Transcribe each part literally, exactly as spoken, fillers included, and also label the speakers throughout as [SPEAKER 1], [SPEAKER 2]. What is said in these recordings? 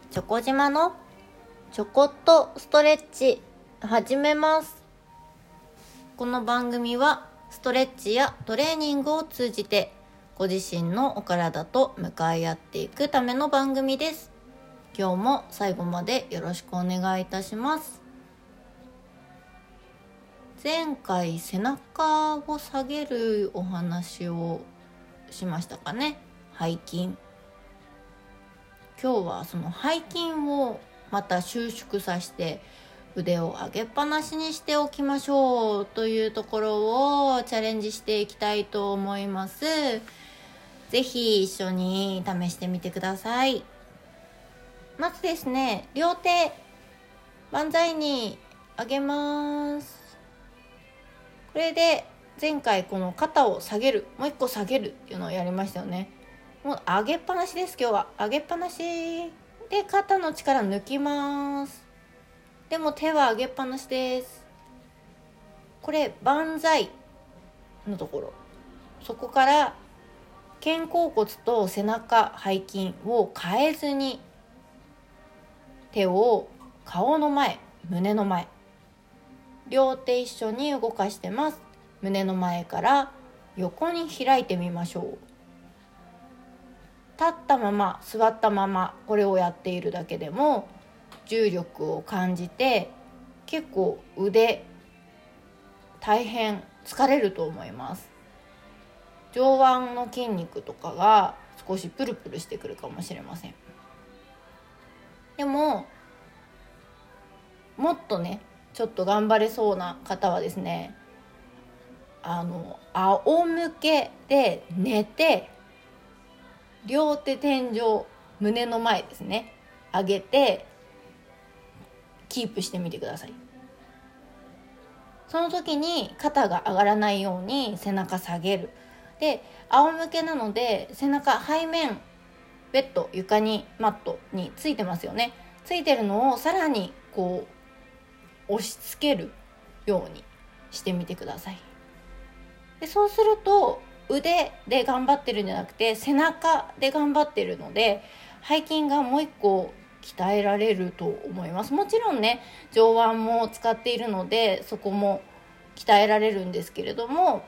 [SPEAKER 1] チョコ島のちょこっとストレッチ始めます。この番組はストレッチやトレーニングを通じてご自身のお体と向かい合っていくための番組です。今日も最後までよろしくお願いいたします。前回背中を下げるお話をしましたかね。背筋。今日はその背筋をまた収縮させて腕を上げっぱなしにしておきましょうというところをチャレンジしていきたいと思います。ぜひ一緒に試してみてください。まずですね、両手万歳に上げます。これで前回この肩を下げる、もう一個下げるっていうのをやりましたよね。もう上げっぱなしです。今日は上げっぱなしで肩の力抜きます。でも手は上げっぱなしです。これ万歳のところ、そこから肩甲骨と背中背筋を変えずに手を顔の前、胸の前、両手一緒に動かしてます。胸の前から横に開いてみましょう。立ったまま座ったままこれをやっているだけでも重力を感じて結構腕大変疲れると思います。上腕の筋肉とかが少しプルプルしてくるかもしれません。でももっとねちょっと頑張れそうな方はですね、あの仰向けで寝て両手天井、胸の前ですね、上げてキープしてみてください。その時に肩が上がらないように背中下げる。で、仰向けなので背中背面ベッド、床にマットについてますよね。ついてるのをさらにこう押し付けるようにしてみてください。で、そうすると腕で頑張ってるんじゃなくて背中で頑張ってるので背筋がもう一個鍛えられると思います。もちろんね上腕も使っているのでそこも鍛えられるんですけれども、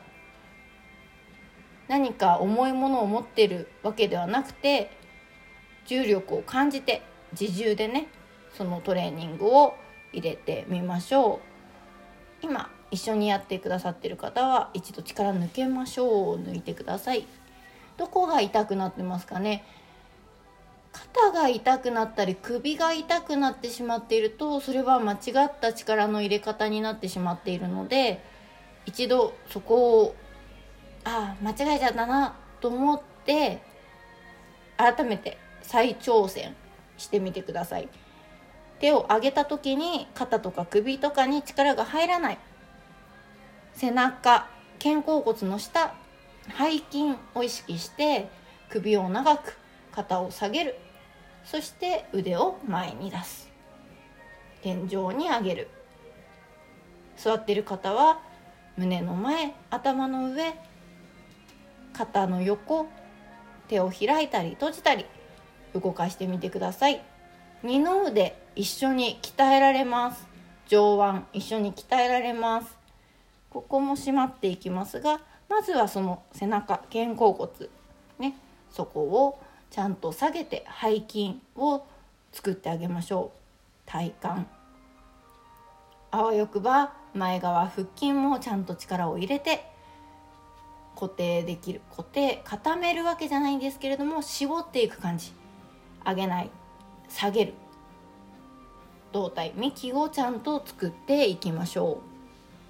[SPEAKER 1] 何か重いものを持っているわけではなくて重力を感じて自重でねそのトレーニングを入れてみましょう。今一緒にやってくださっている方は一度力抜けましょう。抜いてください。どこが痛くなってますかね。肩が痛くなったり首が痛くなってしまっているとそれは間違った力の入れ方になってしまっているので、一度そこをああ間違えちゃったなと思って改めて再挑戦してみてください。手を上げた時に肩とか首とかに力が入らない、背中、肩甲骨の下、背筋を意識して首を長く肩を下げる。そして腕を前に出す。天井に上げる。座っている方は胸の前、頭の上、肩の横、手を開いたり閉じたり動かしてみてください。二の腕一緒に鍛えられます。上腕一緒に鍛えられます。ここも締まっていきますが、まずはその背中、肩甲骨ね、そこをちゃんと下げて背筋を作ってあげましょう。体幹、あわよくば前側腹筋もちゃんと力を入れて固定できる。固定、固めるわけじゃないんですけれども絞っていく感じ。上げない、下げる胴体、幹をちゃんと作っていきましょう。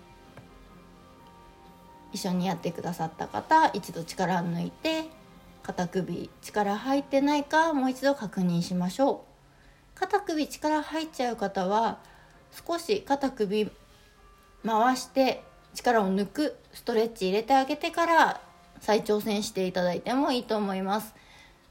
[SPEAKER 1] 一緒にやってくださった方、一度力を抜いて肩首力入ってないかもう一度確認しましょう。肩首力入っちゃう方は少し肩首回して力を抜くストレッチ入れてあげてから再挑戦していただいてもいいと思います。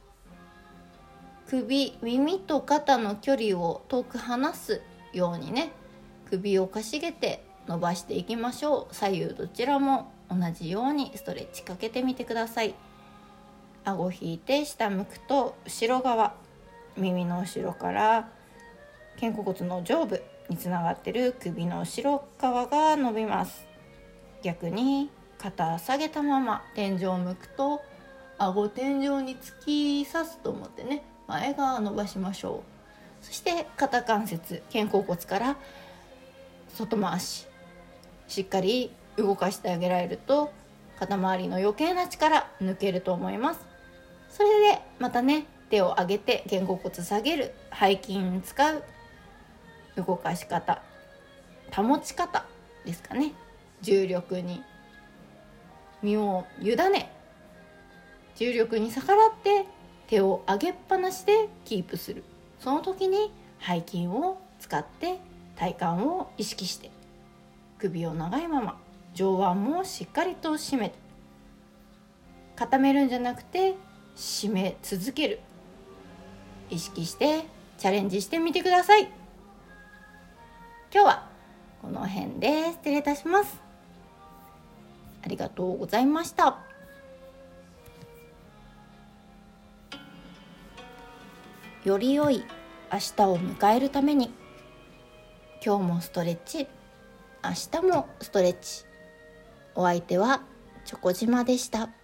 [SPEAKER 1] 首、耳と肩の距離を遠く離すようにね、首をかしげて伸ばしていきましょう。左右どちらも同じようにストレッチかけてみてください。顎引いて下向くと後ろ側、 耳の後ろから肩甲骨の上部につながっている首の後ろ側が伸びます。逆に肩下げたまま天井を向くと、顎天井に突き刺すと思ってね、前側伸ばしましょう。そして肩関節、肩甲骨から外回ししっかり動かしてあげられると、肩周りの余計な力抜けると思います。それでまたね、手を上げて肩甲骨下げる、背筋使う動かし方、保ち方ですかね。重力に身を委ね、重力に逆らって手を上げっぱなしでキープする。その時に背筋を使って体幹を意識して、首を長いまま上腕もしっかりと締めて、固めるんじゃなくて締め続ける、意識してチャレンジしてみてください。今日はこの辺で失礼いたします。ありがとうございました。より良い明日を迎えるために、今日もストレッチ、明日もストレッチ。お相手はチョコ島でした。